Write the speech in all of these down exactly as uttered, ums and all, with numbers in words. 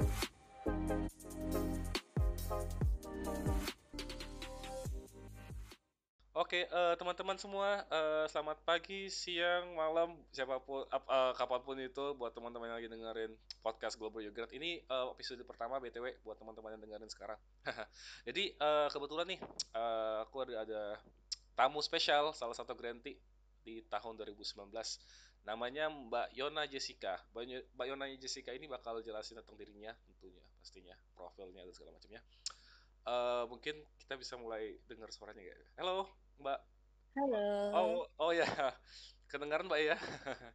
Oke, eh, teman-teman semua, eh, selamat pagi, siang, malam, siapapun, ap- eh, kapanpun itu, buat teman-teman yang lagi dengerin podcast Global Yogurt. Ini eh, episode pertama B T W buat teman-teman yang dengerin sekarang. Jadi eh, kebetulan nih, eh, aku ada, ada tamu spesial, salah satu Granty di tahun dua ribu sembilan belas. Namanya Mbak Yona Jessica. Mbak Yo- Mbak Yona Jessica ini bakal jelasin tentang dirinya, tentunya, pastinya, profilnya dan segala macamnya. Eh, mungkin kita bisa mulai dengar suaranya ya. Halo, Mbak. Halo, Oh, oh ya. Kedengaran Mbak ya?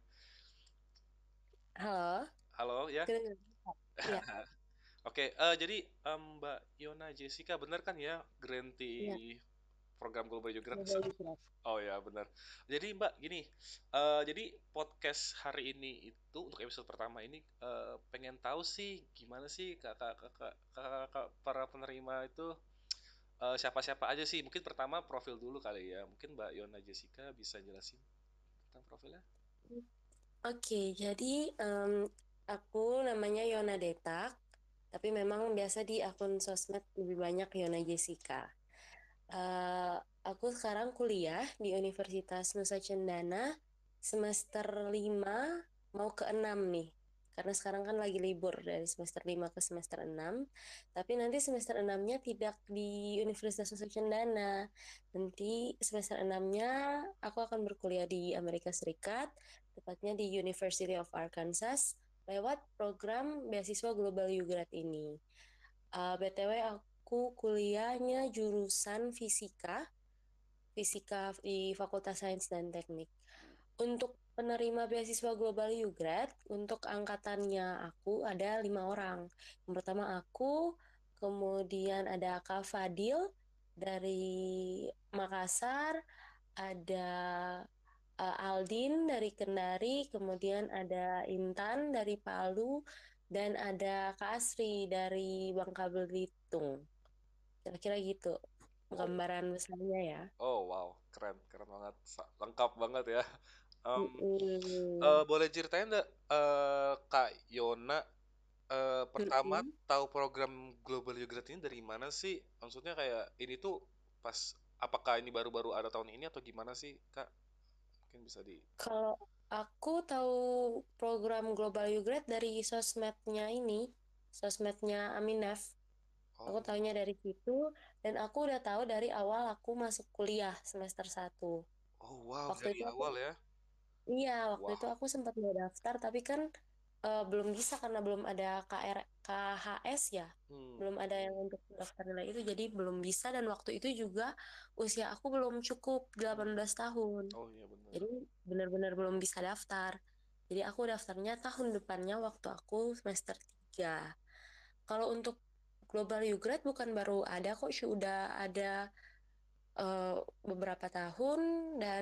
halo, Halo ya. kedengeran Kak? Ya, Oke, eh, jadi em, Mbak Yona Jessica benar kan ya ya, Granty program Global Yogurt? global migran. Oh ya benar. Jadi Mbak gini, eh, jadi podcast hari ini itu untuk episode pertama ini eh, pengen tahu sih gimana sih kakak kakak kakak para penerima itu eh, siapa-siapa aja sih? Mungkin pertama profil dulu kali ya. Mungkin Mbak Yona Jessica bisa jelasin tentang profilnya? Oke, jadi em, aku namanya Yona Detak, tapi memang biasa di akun sosmed lebih banyak Yona Jessica. Eh, aku sekarang kuliah di Universitas Nusa Cendana semester lima mau ke enam nih. Karena sekarang kan lagi libur dari semester lima ke semester enam. Tapi nanti semester enam-nya tidak di Universitas Nusa Cendana. Nanti semester enam-nya aku akan berkuliah di Amerika Serikat, tepatnya di University of Arkansas, lewat program beasiswa Global U Grad ini. Uh, B T W aku kuliahnya jurusan fisika, fisika di Fakultas Sains dan Teknik. Untuk penerima beasiswa Global U Grad, untuk angkatannya aku ada lima orang. Yang pertama aku, kemudian ada Kak Fadil dari Makassar, ada uh, Aldin dari Kendari, kemudian ada Intan dari Palu, dan ada Kak Asri dari Bangka Belitung. Kira-kira gitu Oh, gambaran besarnya ya. oh wow, keren, keren banget, Sa- lengkap banget ya. Em, Mm-mm. eh, boleh ceritain nggak eh, Kak Yona eh, pertama Mm-mm. tahu program Global Yogurt ini dari mana sih? Maksudnya kayak ini tuh pas apakah ini baru-baru ada tahun ini atau gimana sih Kak? Mungkin bisa di. Kalau aku tahu program Global U Grad dari sosmednya ini, sosmednya Aminef. Aku Oh, tahunya dari situ, dan aku udah tahu dari awal aku masuk kuliah semester satu. oh wow, Waktu dari itu aku awal ya. Iya, waktu itu Wow. aku sempat mau daftar, tapi kan eh, belum bisa karena belum ada K R, K H S ya. Hmm. Belum ada yang untuk daftar nilai itu, jadi belum bisa. Dan waktu itu juga usia aku belum cukup Hmm. delapan belas tahun. Oh iya benar. Jadi benar-benar belum bisa daftar. Jadi aku daftarnya tahun depannya waktu aku semester tiga. Kalau untuk Global U Grad bukan baru ada kok, sudah ada eh, beberapa tahun dan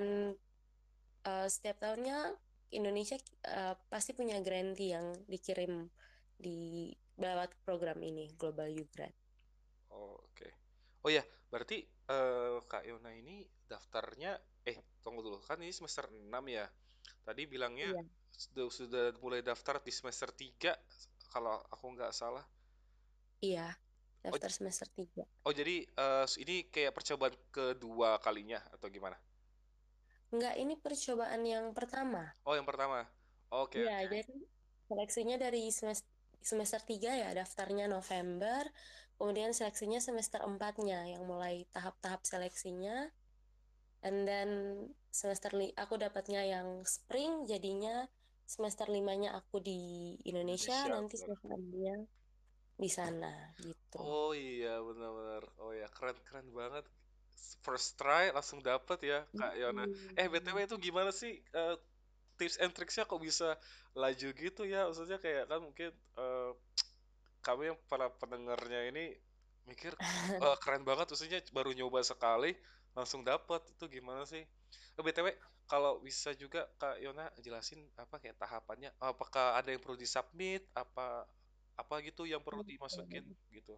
eh, setiap tahunnya Indonesia eh, pasti punya grantee yang dikirim di lewat program ini Global U Grad. Oh, oke. Oh ya, berarti eh, Kak Yona ini daftarnya eh tunggu dulu. Kan ini semester enam ya. Tadi bilangnya Iya, sudah, sudah mulai daftar di semester tiga kalau aku nggak salah. iya, Oh, daftar semester tiga. oh jadi eh, ini kayak percobaan kedua kalinya atau gimana? Enggak, ini percobaan yang pertama. Oh, yang pertama. Oke, Iya, oke. jadi seleksinya dari semester, semester tiga ya, daftarnya November, kemudian seleksinya semester empatnya yang mulai tahap-tahap seleksinya, and then semester li aku dapatnya yang spring, jadinya semester limanya aku di Indonesia, Indonesia, nanti bener. semester enamnya di sana gitu. Oh iya, benar-benar. Oh ya, keren-keren banget. First try langsung dapet ya, Kak Yona. Eh, B T W Hmm. itu gimana sih eh, tips and tricksnya kok bisa laju gitu ya? Maksudnya kayak kan mungkin eh, kami yang para pendengarnya ini mikir "Wah, keren banget, maksudnya baru nyoba sekali langsung dapat itu gimana sih? Oh, B T W kalau bisa juga Kak Yona jelasin apa kayak tahapannya, apakah ada yang perlu disubmit, apa apa gitu yang perlu dimasukin gitu?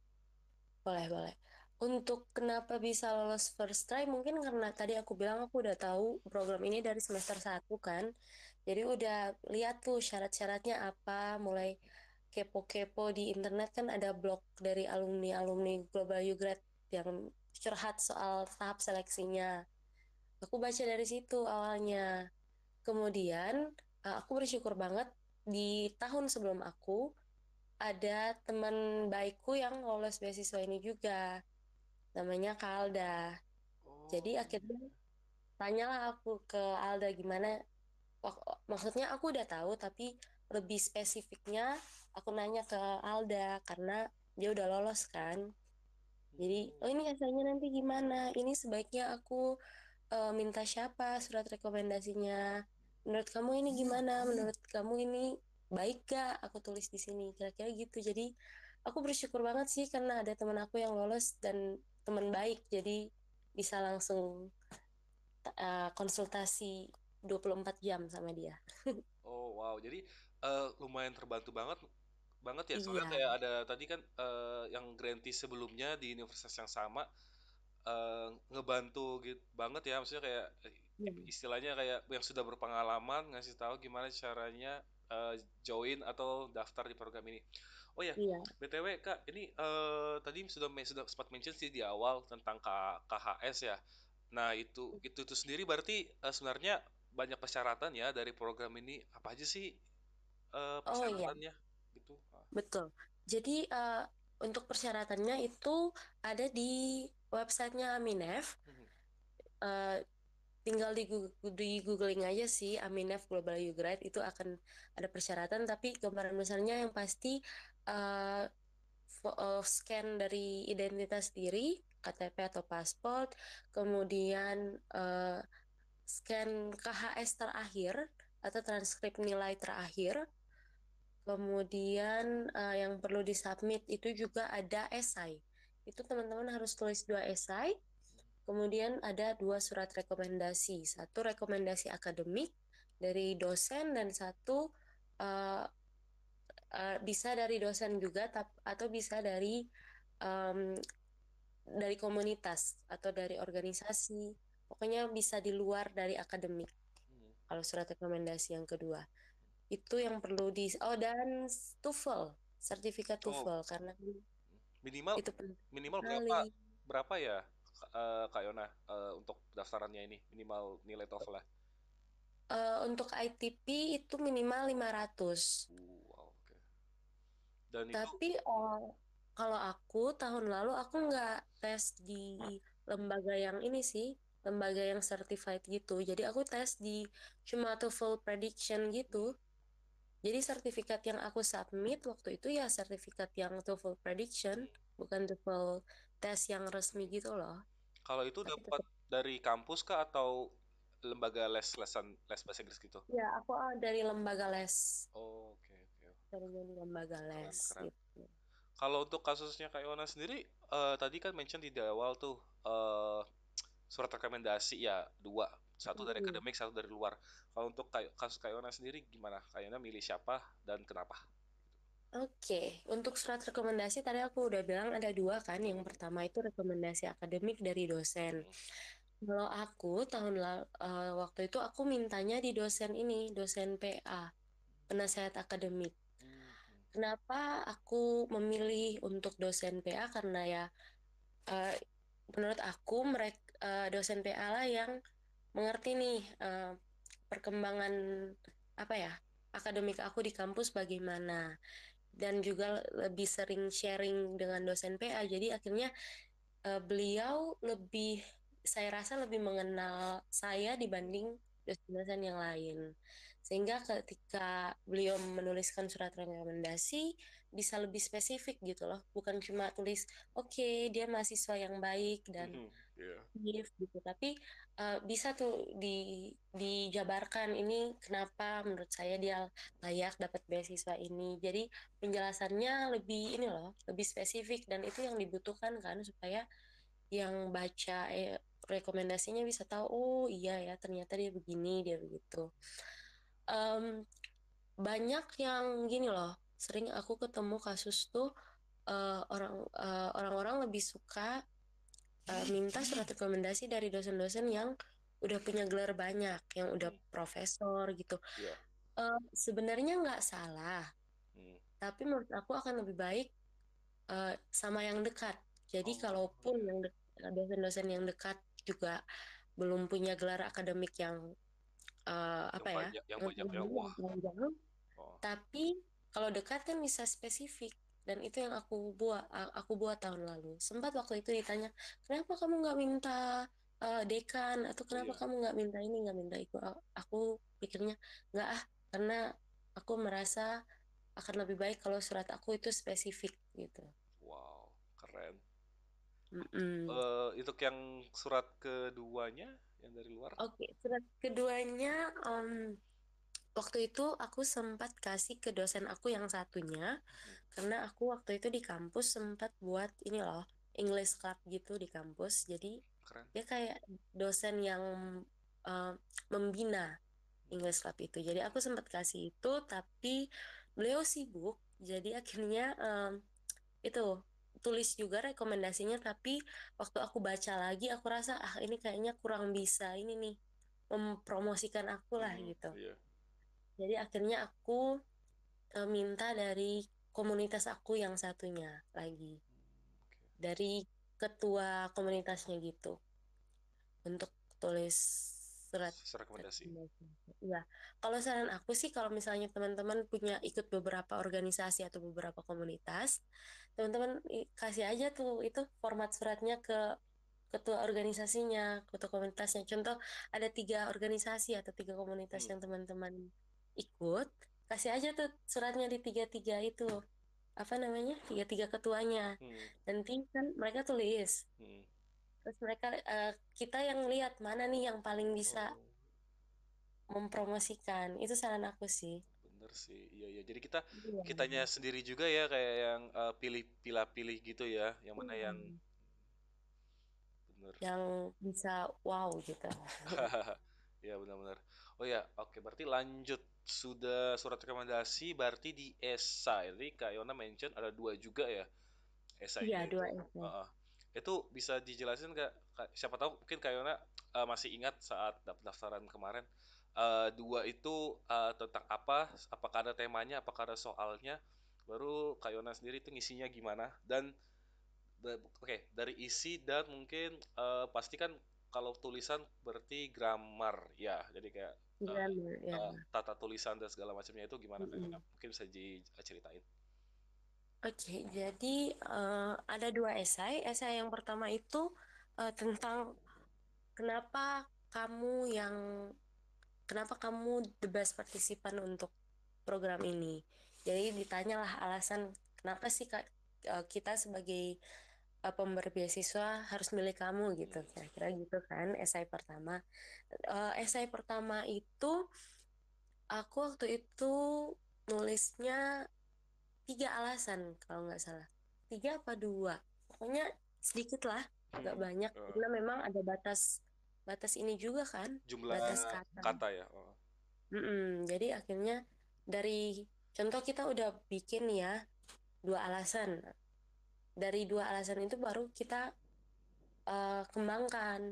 Boleh, boleh. Untuk kenapa bisa lolos first try, mungkin karena tadi aku bilang aku udah tahu program ini dari semester satu kan. Jadi udah lihat tuh syarat-syaratnya apa, mulai kepo-kepo di internet kan ada blog dari alumni-alumni Global You Grad yang curhat soal tahap seleksinya. Aku baca dari situ awalnya. Kemudian eh, aku bersyukur banget di tahun sebelum aku ada teman baikku yang lolos beasiswa ini juga. Namanya Kalda. Jadi Oh akhirnya iya. tanyalah aku ke Alda gimana. Wak- Maksudnya aku udah tahu tapi lebih spesifiknya aku nanya ke Alda karena dia udah lolos kan. Jadi, Hmm. oh ini rasanya nanti gimana? Ini sebaiknya aku eh, minta siapa surat rekomendasinya? Menurut kamu ini gimana? Menurut kamu ini baik gak? Aku tulis di sini kira-kira gitu. Jadi aku bersyukur banget sih karena ada teman aku yang lolos dan teman baik. Jadi bisa langsung eh, konsultasi dua puluh empat jam sama dia. Oh wow, jadi eh, lumayan terbantu banget banget ya. Soalnya Iya, kayak ada tadi kan eh, yang grantis sebelumnya di universitas yang sama eh, ngebantu gitu banget ya. Maksudnya kayak eh, iya, istilahnya kayak yang sudah berpengalaman ngasih tahu gimana caranya eh, join atau daftar di program ini. Oh ya, iya. B T W Kak, ini eh, tadi sudah sudah sempat mention sih di awal tentang K KHS ya. Nah, itu itu itu sendiri berarti eh, sebenarnya banyak persyaratan ya dari program ini. Apa aja sih eh, Oh iya, persyaratannya gitu? Ah. betul. Jadi eh, untuk persyaratannya itu ada di websitenya Aminef. Mhm. Eh, tinggal di, di googling aja sih Aminef Global You Grad itu akan ada persyaratan tapi gambaran besarnya yang pasti eh, fo- eh, scan dari identitas diri K T P atau paspor, kemudian eh, scan K H S terakhir atau transkrip nilai terakhir. Kemudian eh, yang perlu disubmit itu juga ada esai. Itu teman-teman harus tulis dua esai. Kemudian ada dua surat rekomendasi. Satu rekomendasi akademik dari dosen dan satu eh, eh, bisa dari dosen juga tap- atau bisa dari em, dari komunitas atau dari organisasi. Pokoknya bisa di luar dari akademik. Mhm. Kalau surat rekomendasi yang kedua. Itu yang perlu di oh dan TOEFL, sertifikat Oh, TOEFL karena minimal itu penting minimal sekali. berapa berapa ya eh, Kak Yona eh, untuk daftarannya ini minimal nilai TOEFL lah. Eh, untuk I T P itu minimal lima ratus. Uh, wow, oke. Dan itu Tapi eh, kalau aku tahun lalu aku nggak tes di lembaga yang ini sih, lembaga yang certified gitu. Jadi aku tes di cuma TOEFL prediction gitu. Jadi sertifikat yang aku submit waktu itu ya sertifikat yang TOEFL prediction, bukan TOEFL tes yang resmi gitu loh. kalau itu Tapi dapat tetap dari kampus kah atau lembaga les lesan les bahasa Inggris gitu? ya aku ah, dari lembaga les, Oh, oke oke. dari lembaga Keren les keren. gitu. Kalau untuk kasusnya Kak Yona sendiri, eh, tadi kan mention di awal tuh eh, surat rekomendasi ya dua, satu dari Hmm. akademik, satu dari luar. Kalau untuk Kak- kasus Kak Yona sendiri gimana? Kak Yona milih siapa dan kenapa? Oke, untuk surat rekomendasi tadi aku udah bilang ada dua kan. Yang Hmm, pertama itu rekomendasi akademik dari dosen. hmm, Kalau aku tahun lalu waktu itu aku mintanya di dosen ini, dosen P A, penasehat akademik. hmm, hmm, Kenapa aku memilih untuk dosen P A? Karena ya eh, menurut aku mereka dosen P A lah yang mengerti nih eh, perkembangan apa ya akademik aku di kampus bagaimana dan juga lebih sering sharing dengan dosen P A. Jadi akhirnya eh, beliau lebih, saya rasa lebih mengenal saya dibanding dosen-dosen yang lain. Sehingga ketika beliau menuliskan surat rekomendasi, bisa lebih spesifik gitu loh. Bukan cuma tulis, oke, okay, dia mahasiswa yang baik dan hmm, iya. aktif gitu. Tapi eh, bisa tuh di, dijabarkan ini kenapa menurut saya dia layak dapat beasiswa ini. Jadi penjelasannya lebih ini loh, lebih spesifik dan itu yang dibutuhkan kan supaya yang baca eh, rekomendasinya bisa tahu oh iya ya ternyata dia begini dia begitu. Em, banyak yang gini loh, sering aku ketemu kasus tuh eh, orang eh, orang-orang lebih suka eh, minta surat rekomendasi dari dosen-dosen yang udah punya gelar banyak, yang udah Hmm, profesor gitu. iya. Eh, sebenarnya nggak salah, Hmm, tapi menurut aku akan lebih baik uh, sama yang dekat. Jadi Oh kalaupun iya. yang de- dosen-dosen yang dekat juga belum punya gelar akademik yang uh, Yang apa ya, banyak, yang yang banyak ya. tinggi, yang Wah. panjang, Oh tapi kalau dekat kan bisa spesifik. Dan itu yang aku buat, aku buat tahun lalu. Sempat waktu itu ditanya, kenapa kamu nggak minta uh, dekan atau oh kenapa iya. kamu nggak minta ini, nggak minta itu? A- Aku pikirnya nggak ah, karena aku merasa akan lebih baik kalau surat aku itu spesifik gitu. Wow, keren. Mm-mm. Eh itu yang surat keduanya yang dari luar. Oke, surat keduanya, em, waktu itu aku sempat kasih ke dosen aku yang satunya, Mhm. karena aku waktu itu di kampus sempat buat ini loh, English Club gitu di kampus. Jadi Keren. dia kayak dosen yang eh, membina English Club itu. Jadi aku sempat kasih itu, tapi beliau sibuk. Jadi akhirnya em, itu tulis juga rekomendasinya, tapi waktu aku baca lagi, aku rasa ah ini kayaknya kurang bisa ini nih mempromosikan aku lah Hmm, gitu. iya. Jadi akhirnya aku eh, minta dari komunitas aku yang satunya lagi, Oke. dari ketua komunitasnya gitu, untuk tulis surat Rekomendasi. rekomendasi. Iya, kalau saran aku sih kalau misalnya teman-teman punya ikut beberapa organisasi atau beberapa komunitas, teman-teman i- kasih aja tuh itu format suratnya ke ketua organisasinya, ketua komunitasnya. Contoh ada tiga organisasi atau tiga komunitas Hmm. yang teman-teman ikut, kasih aja tuh suratnya di tiga-tiga itu, apa namanya, tiga-tiga ketuanya. Hmm. Nanti kan mereka tulis, Hmm. terus mereka eh, kita yang lihat mana nih yang paling bisa Oh, mempromosikan. Itu saran aku sih. bener sih. Iya, iya. Jadi kita Iya. kitanya sendiri juga ya kayak yang eh, pilih pilih-pilih gitu ya, yang mana Iya. yang bener. Yang bisa wow gitu. Iya, benar-benar. Oh ya, oke. Berarti lanjut. Sudah surat rekomendasi, berarti di esai. Jadi Kak Yona mention ada dua juga ya Iya, esainya itu. dua essay. Heeh. Itu bisa dijelasin nggak? Kak? Siapa tahu mungkin Kak Yona eh, masih ingat saat daftaran kemarin. Eh, dua itu eh, tentang apa? Apakah ada temanya? Apakah ada soalnya? Baru Kak Yona sendiri itu ngisinya gimana? Dan da- oke, dari isi dan mungkin eh, pasti kan kalau tulisan berarti grammar ya. Jadi kayak eh, Grammar, ya. eh, tata tulisan dan segala macamnya itu gimana Kak Yona? Mm-mm. Mungkin bisa diceritain. Oke, jadi eh, ada dua esai. Esai yang pertama itu eh, tentang kenapa kamu yang kenapa kamu the best partisipan untuk program ini. Jadi ditanyalah alasan kenapa sih Kak, eh, kita sebagai eh, pemberi beasiswa harus milih kamu gitu, Hmm. kira-kira gitu kan esai pertama. Eh, esai pertama itu aku waktu itu nulisnya tiga alasan kalau nggak salah, tiga apa dua, pokoknya sedikit lah, nggak Hmm. banyak Eh, karena memang ada batas batas ini juga kan, jumlah batas kata. kata ya. Oh. Mm-mm. Jadi akhirnya dari contoh kita udah bikin ya dua alasan, dari dua alasan itu baru kita eh, kembangkan.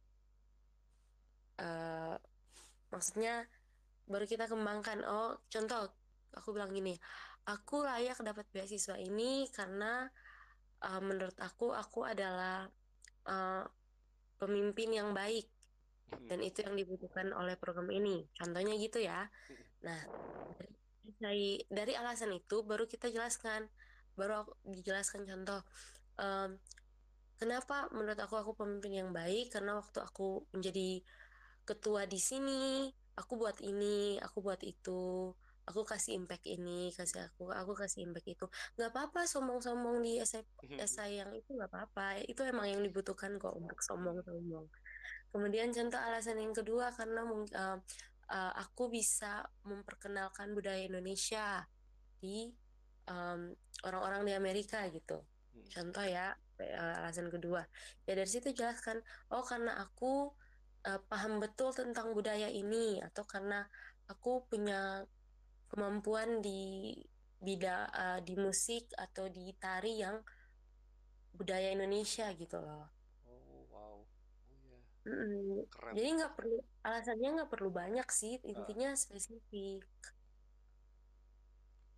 Eh, Maksudnya baru kita kembangkan, oh contoh aku bilang gini, aku layak dapat beasiswa ini karena uh, menurut aku aku adalah uh, pemimpin yang baik dan itu yang dibutuhkan oleh program ini, contohnya gitu ya. Nah, dari dari alasan itu baru kita jelaskan, baru aku dijelaskan contoh, um, kenapa menurut aku aku pemimpin yang baik karena waktu aku menjadi ketua di sini, aku buat ini, aku buat itu, aku kasih impact ini, kasih aku, aku kasih impact itu. Nggak apa-apa sombong-sombong di esai, esai yang itu nggak apa-apa. Itu emang yang dibutuhkan kok untuk sombong-sombong. Kemudian contoh alasan yang kedua karena mung- eh, eh, aku bisa memperkenalkan budaya Indonesia di em, orang-orang di Amerika gitu. Contoh ya, eh, alasan kedua. Ya dari situ jelaskan, oh karena aku eh, paham betul tentang budaya ini, atau karena aku punya kemampuan di bidang eh, di musik atau di tari yang budaya Indonesia gitu loh. Oh, wow. Oh iya, Mm-mm. keren. Jadi nggak perlu, alasannya nggak perlu banyak sih, Ah, intinya spesifik.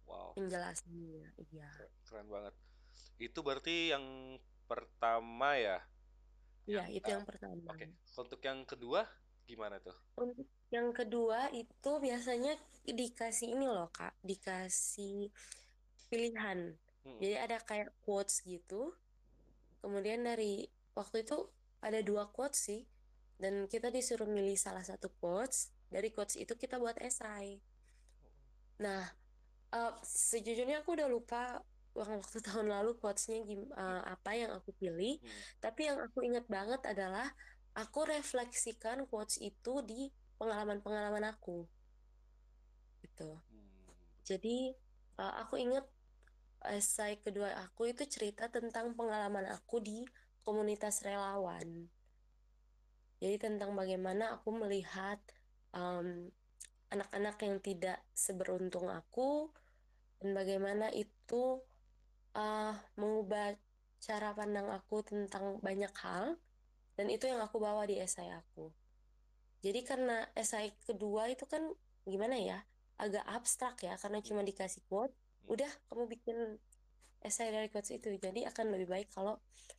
Wow, penjelasannya. Iya, keren, keren banget. Itu berarti yang pertama ya? iya Yang itu ah, yang pertama. oke. Untuk yang kedua gimana tuh? Untuk yang kedua itu biasanya dikasih ini loh Kak, dikasih pilihan. Hmm. Jadi ada kayak quotes gitu. Kemudian dari waktu itu ada dua quotes sih. Dan kita disuruh milih salah satu quotes. Dari quotes itu kita buat esai. Nah, eh, sejujurnya aku udah lupa wak- waktu tahun lalu quotes-nya gim- Hmm. eh, apa yang aku pilih. Hmm. Tapi yang aku ingat banget adalah aku refleksikan quotes itu di pengalaman-pengalaman aku gitu. Hmm. Jadi eh, aku ingat esai kedua aku itu cerita tentang pengalaman aku di komunitas relawan. Jadi tentang bagaimana aku melihat em, anak-anak yang tidak seberuntung aku dan bagaimana itu uh, mengubah cara pandang aku tentang banyak hal dan itu yang aku bawa di esai aku. Jadi karena esai kedua itu kan gimana ya, agak abstrak ya karena Hmm. cuma dikasih quote, Hmm. udah kamu bikin esai dari quotes itu. Jadi akan lebih baik kalau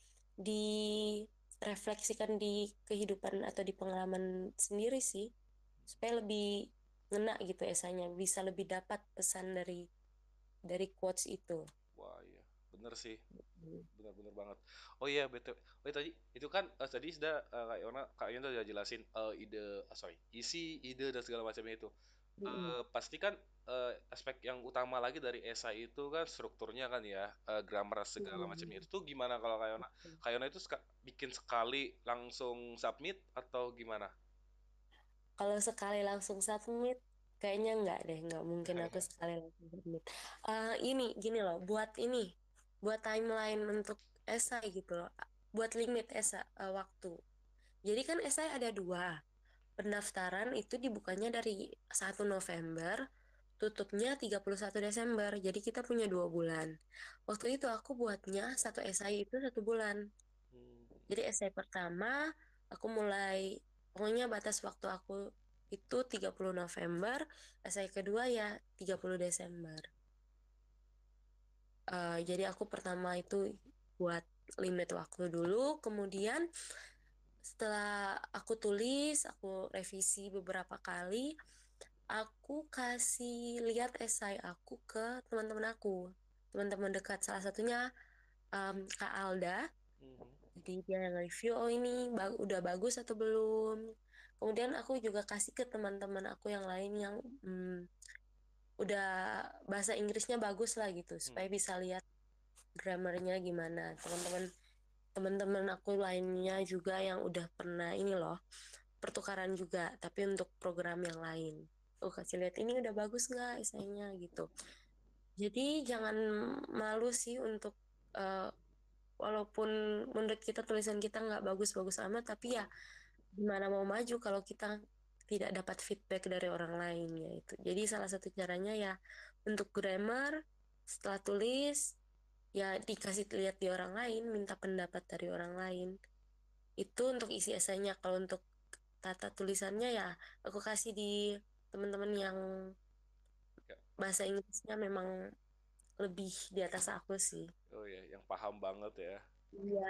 direfleksikan di kehidupan atau di pengalaman sendiri sih, supaya lebih ngena gitu esainya, bisa lebih dapat pesan dari dari quotes itu. Wah, iya. Bener sih. Benar-benar banget. Oh iya, betul. Oh iya, tadi itu kan eh, tadi sudah eh, Kak Yona, Kak Yona udah jelasin eh, ide, ah, sorry, isi, ide dan segala macamnya itu. Mm-mm. Eh, pasti kan eh, aspek yang utama lagi dari esai itu kan strukturnya kan ya, eh, grammar segala macamnya itu Mm-mm. tuh gimana kalau Kak Yona? Kak Yona itu suka bikin sekali langsung submit atau gimana? Kalau sekali langsung submit, kayaknya nggak deh, nggak mungkin aku sekali langsung submit. Eh, ini gini loh, buat ini, buat timeline untuk esai gitu loh, buat limit esai eh, waktu. Jadi kan esai ada dua. Pendaftaran itu dibukanya dari satu November, tutupnya tiga puluh satu Desember. Jadi kita punya dua bulan. Waktu itu aku buatnya satu esai itu satu bulan. Hmm. Jadi esai pertama aku mulai, pokoknya batas waktu aku itu tiga puluh November, esai kedua ya tiga puluh Desember. Eh, jadi aku pertama itu buat limit waktu dulu, kemudian setelah aku tulis, aku revisi beberapa kali, aku kasih lihat esai aku ke teman-teman aku, teman-teman dekat. Salah satunya em, Kak Alda. Hmm. Jadi dia yang review, oh ini ba- udah bagus atau belum. Kemudian aku juga kasih ke teman-teman aku yang lain yang hmm, udah bahasa Inggrisnya bagus lah gitu, Hmm. supaya bisa lihat grammarnya gimana. Teman-teman teman-teman aku lainnya juga yang udah pernah ini loh, pertukaran juga, tapi untuk program yang lain. Aku kasih lihat ini udah bagus nggak esainya gitu. Jadi jangan malu sih untuk eh, walaupun menurut kita tulisan kita nggak bagus-bagus amat, tapi ya gimana mau maju kalau kita tidak dapat feedback dari orang lain ya itu. Jadi salah satu caranya ya untuk grammar setelah tulis ya dikasih lihat di orang lain, minta pendapat dari orang lain. Itu untuk isi esainya. Kalau untuk tata tulisannya ya aku kasih di teman-teman yang Ya. bahasa Inggrisnya memang lebih di atas aku sih. Oh ya, yang paham banget ya. Iya.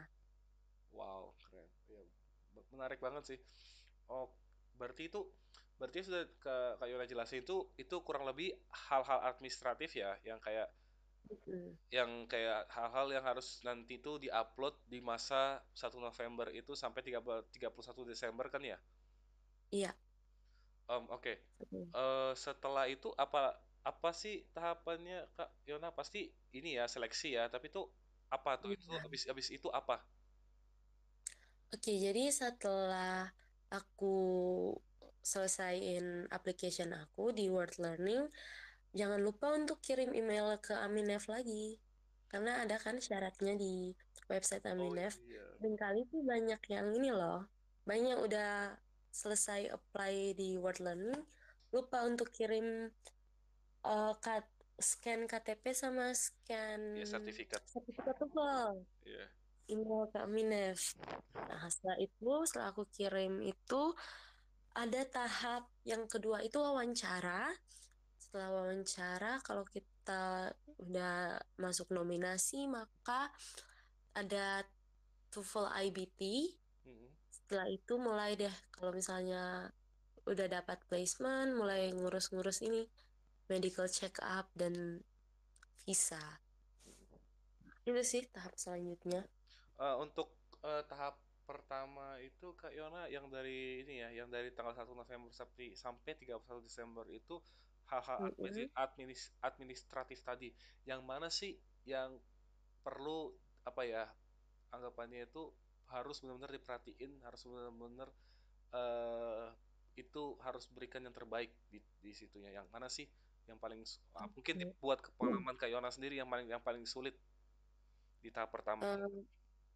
Wow, keren. Ya, menarik banget sih. Oh, berarti itu berarti sudah ke Kak Yona jelasin itu itu kurang lebih hal-hal administratif ya, yang kayak Mm. yang kayak hal-hal yang harus nanti itu diupload di masa satu November itu sampai tiga puluh tiga puluh satu Desember kan ya? Iya. Em, oke. Betul. Eh, setelah itu apa apa sih tahapannya Kak Yona? Pasti ini ya seleksi ya, tapi itu apa tuh? Itu Iya. habis habis itu apa? Oke, jadi setelah aku selesaiin application aku di Word Learning, jangan lupa untuk kirim email ke Aminef lagi. Karena ada kan syaratnya di website Oh Aminef. iya. Seringkali tuh banyak yang ini loh, banyak yang udah selesai apply di Word Learning, lupa untuk kirim eh, kat- scan K T P sama scan Ya sertifikat. sertifikat tebal Iya. email ke Aminef. Nah, setelah itu, setelah aku kirim itu, ada tahap yang kedua itu wawancara. setelah wawancara, kalau kita udah masuk nominasi, maka ada TOEFL I B T. Mm-mm. Setelah itu mulai deh, kalau misalnya udah dapat placement, mulai ngurus-ngurus ini, medical check up dan visa. Itu sih tahap selanjutnya. Eh, untuk eh, tahap pertama itu Kak Yona yang dari ini ya, yang dari tanggal satu November sampai sampai tiga puluh satu Desember itu hal-hal Mm-mm. administ- administ- administratif tadi. Yang mana sih yang perlu apa ya anggapannya itu harus benar-benar diperhatiin, harus benar-benar eh, itu harus berikan yang terbaik di, di situnya. Yang mana sih yang paling su- ah, mungkin di- buat Mm. pengalaman Kak Yona sendiri yang paling yang paling sulit di tahap pertama ini. Em,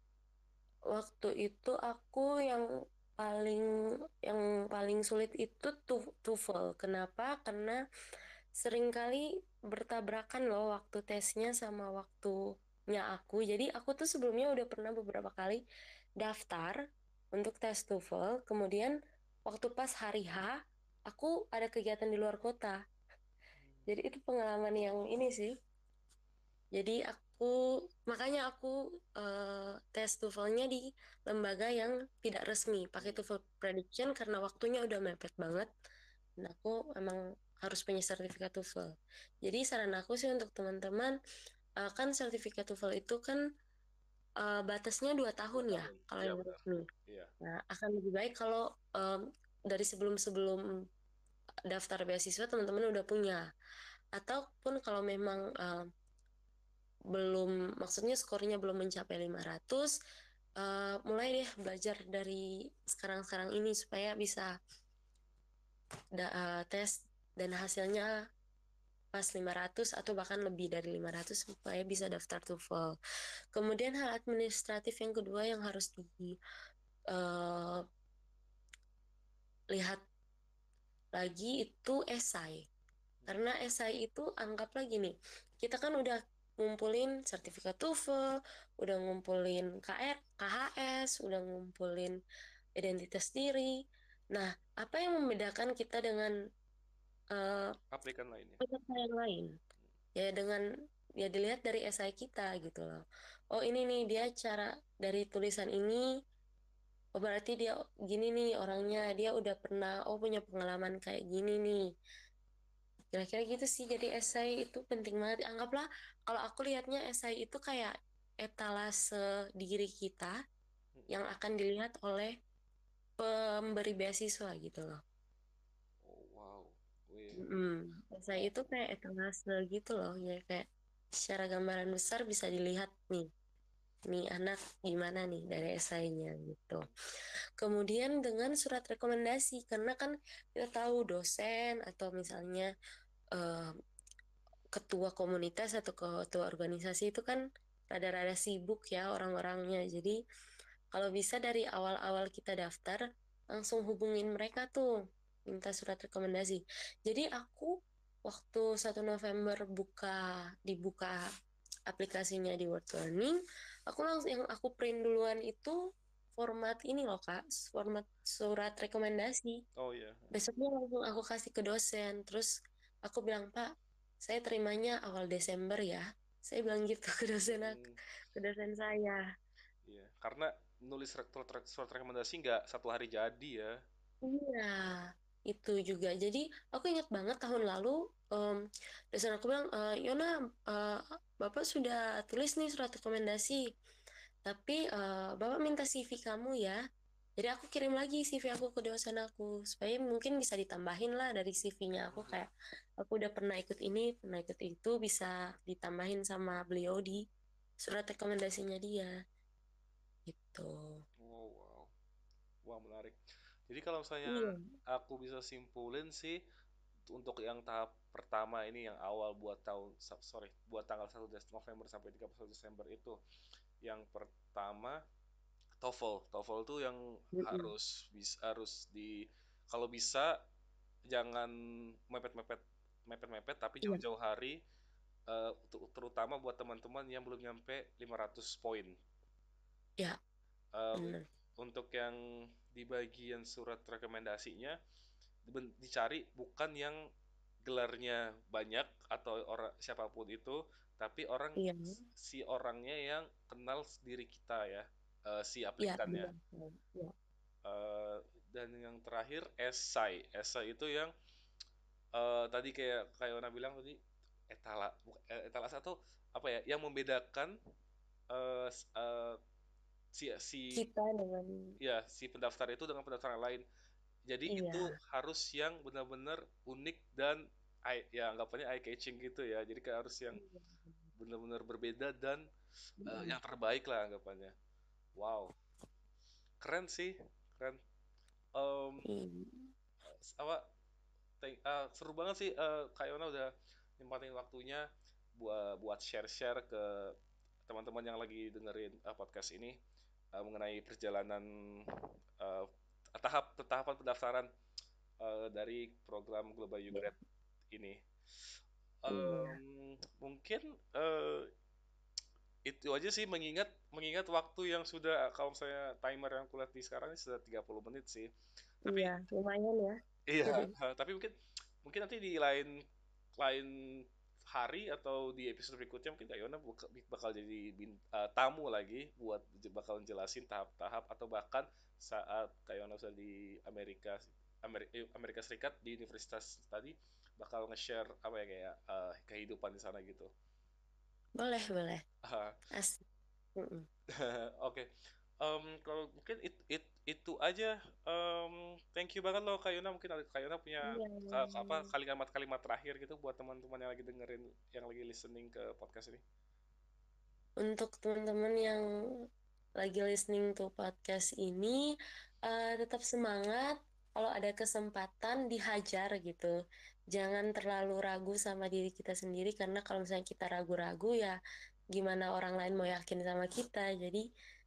Waktu itu aku yang paling yang paling sulit itu tu TOEFL. Kenapa? Karena seringkali bertabrakan loh waktu tesnya sama waktunya aku. Jadi aku tuh sebelumnya udah pernah beberapa kali daftar untuk tes TOEFL. Kemudian waktu pas hari H, aku ada kegiatan di luar kota. Jadi itu pengalaman yang ini sih. Jadi aku makanya aku eh, tes TOEFL-nya di lembaga yang tidak resmi, pakai Hmm. TOEFL prediction karena waktunya udah mepet banget. Dan aku emang harus punya sertifikat TOEFL. Jadi saran aku sih untuk teman-teman, eh, kan sertifikat TOEFL itu kan eh, batasnya dua Dua tahun ya tahun. kalau Iya yang benar. resmi. Iya. Nah, akan lebih baik kalau em, dari sebelum-sebelum daftar beasiswa teman-teman udah punya. Ataupun kalau memang eh, belum, maksudnya skornya belum mencapai lima ratus, eh, mulai deh belajar dari sekarang-sekarang ini supaya bisa da- eh, tes dan hasilnya pas lima ratus atau bahkan lebih dari lima ratus supaya bisa daftar TOEFL. Kemudian hal administratif yang kedua yang harus dilihat lagi itu esai. Hmm. Karena esai itu anggaplah gini, kita kan udah ngumpulin sertifikat TOEFL, udah ngumpulin K R, K H S, udah ngumpulin identitas diri. Nah, apa yang membedakan kita dengan eh, Aplikan lainnya. peserta yang lain? Ya dengan ya dilihat dari esai kita gitu loh. Oh ini nih dia cara dari tulisan ini, oh berarti dia gini nih orangnya, dia udah pernah, oh punya pengalaman kayak gini nih. Kira-kira gitu sih, jadi esai itu penting banget. Anggaplah kalau aku lihatnya esai itu kayak etalase diri kita Hmm. yang akan dilihat oleh pemberi beasiswa gitu loh. Oh wow. Wih. Mm, esai itu kayak etalase gitu loh, ya kayak secara gambaran besar bisa dilihat nih, nih anak gimana nih dari esainya gitu. Kemudian dengan surat rekomendasi, karena kan kita tahu dosen atau misalnya eh, ketua komunitas atau ketua organisasi itu kan rada-rada sibuk ya orang-orangnya. Jadi kalau bisa dari awal-awal kita daftar langsung hubungin mereka tuh minta surat rekomendasi. Jadi aku waktu satu November buka dibuka aplikasinya di Word Learning, aku langsung yang aku print duluan itu format ini loh Kak, format surat rekomendasi. Oh iya. Besoknya langsung aku kasih ke dosen, terus aku bilang, Pak, saya terimanya awal Desember ya. Saya bilang gitu ke dosen aku, Hmm. ke dosen saya. Iya. Karena nulis re- surat, surat rekomendasi nggak satu hari jadi ya. Iya, itu juga. Jadi aku ingat banget tahun lalu, em, dosen aku bilang, "Eh, Yona, eh, Bapak sudah tulis nih surat rekomendasi. Tapi eh, Bapak minta C V kamu ya. Jadi aku kirim lagi C V aku ke dosen aku supaya mungkin bisa ditambahin lah dari C V-nya aku kayak aku udah pernah ikut ini, pernah ikut itu bisa ditambahin sama beliau di surat rekomendasinya dia gitu. Wow wow. Wah menarik. Jadi kalau misalnya Iya, aku bisa simpulin sih untuk yang tahap pertama ini yang awal buat tahun sa- sorry buat tanggal satu Des- November sampai tiga puluh satu Desember itu yang pertama TOEFL. TOEFL tuh yang mm-mm. harus bisa harus di kalau bisa jangan mepet-mepet mepet-mepet tapi Iya, jauh-jauh hari eh, tu- terutama buat teman-teman yang belum nyampe lima ratus poin. ya Eh, un- bener. untuk yang di bagian surat rekomendasinya ben- dicari bukan yang gelarnya banyak atau orang siapapun itu, tapi orang Iya, si orangnya yang kenal diri kita ya, eh, si iya aplikannya. benar. Iya, Eh, dan yang terakhir esai. Esai itu yang eh, tadi kayak kayak Ona bilang tadi etala bukan- eh, etalase atau apa ya yang membedakan eh, s- eh, si si kita dengan ya si pendaftar itu dengan pendaftar yang lain. Jadi itu iya, harus yang benar-benar unik dan eye, ya anggapannya eye catching gitu ya. Jadi kayak harus yang iya, benar-benar berbeda dan eh, benar. yang terbaik lah anggapannya. Wow, keren sih, keren. Em, Iya, apa thank- eh, seru banget sih eh, Kak Yona udah nyempatin waktunya buat buat share-share ke teman-teman yang lagi dengerin eh, podcast ini eh, mengenai perjalanan eh, tahap tahapan pendaftaran eh, dari program Global You iya, Grad ini. iya. Em, mungkin eh, itu aja sih mengingat mengingat waktu yang sudah kalau saya timer yang kulihat di sekarang ini sudah tiga puluh menit sih. Tapi Iya, lumayan ya. iya, eh, tapi mungkin mungkin nanti di lain lain hari atau di episode berikutnya mungkin Kak Yona buka- bakal jadi bin- eh, tamu lagi buat j- bakal jelasin tahap-tahap atau bahkan saat Kak Yona sudah di Amerika Amerika, Amerika Serikat di universitas tadi bakal nge-share apa ya kayak eh, kehidupan di sana gitu. Boleh, boleh. Ah, Asik. Mm-mm. Oke. Em, kalau mungkin it, it, itu aja. Em, thank you banget loh Kak Yuna. Mungkin ada- Kak Yuna punya Iya. ka- apa kalimat-kalimat terakhir gitu buat teman-teman yang lagi dengerin, yang lagi listening ke podcast ini. Untuk teman-teman yang lagi listening to podcast ini, eh, tetap semangat. Kalau ada kesempatan, dihajar gitu. Jangan terlalu ragu sama diri kita sendiri, karena kalau misalnya kita ragu-ragu, ya gimana orang lain mau yakin sama kita. Jadi,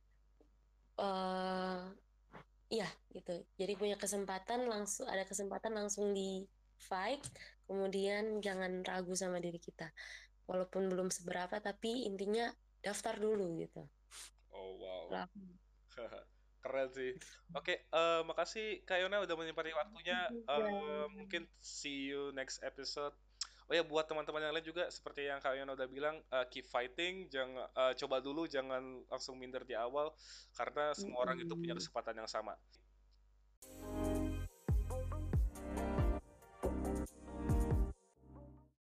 eh iya gitu. Jadi punya kesempatan langsung, ada kesempatan langsung di fight. Kemudian jangan ragu sama diri kita. Walaupun belum seberapa, tapi intinya daftar dulu gitu. Oh wow, Lah. keren sih. Oke, eh, makasih Kak Yona udah menyempatkan waktunya. Ya, Eh, mungkin see you next episode. Oh ya, buat teman-teman yang lain juga seperti yang Kak Yona udah bilang, eh, keep fighting, jangan eh, coba dulu, jangan langsung minder di awal karena semua orang itu punya mm-mm. kesempatan yang sama.